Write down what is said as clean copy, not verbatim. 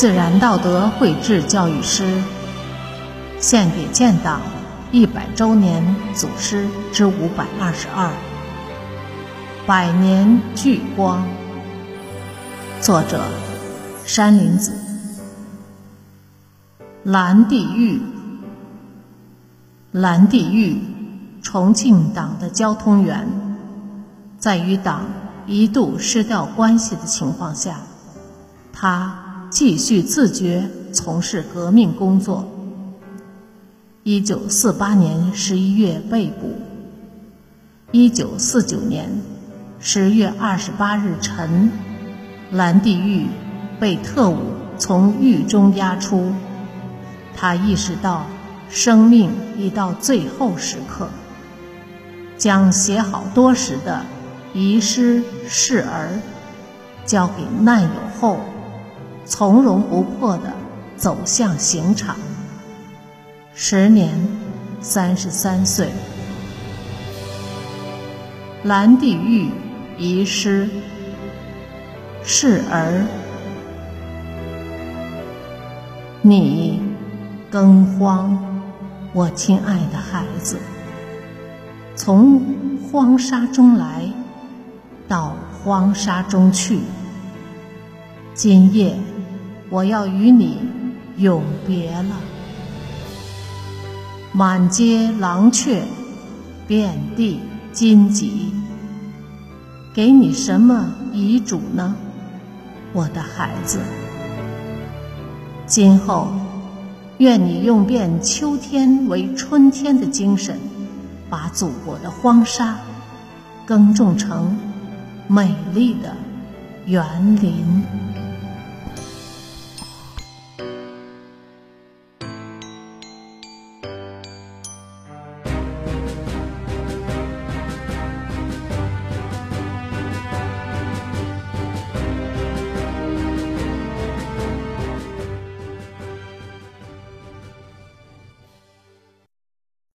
自然道德绘制教育诗，献给建党100周年祖师之522，百年聚光。作者山林子。蓝地狱。蓝地狱，重庆党的交通员，在与党一度失掉关系的情况下，他继续自觉从事革命工作。1948年11月被捕，1949年10月28日晨，蓝地狱被特务从狱中押出。他意识到生命已到最后时刻，将写好多时的遗诗示儿交给难友后，从容不迫地走向刑场。时年33岁。蓝地狱遗诗示儿。你耕荒，我亲爱的孩子，从荒沙中来，到荒沙中去。今夜我要与你永别了。满街狼雀，遍地荆棘，给你什么遗嘱呢，我的孩子？今后愿你用遍秋天为春天的精神，把祖国的荒沙耕种成美丽的园林。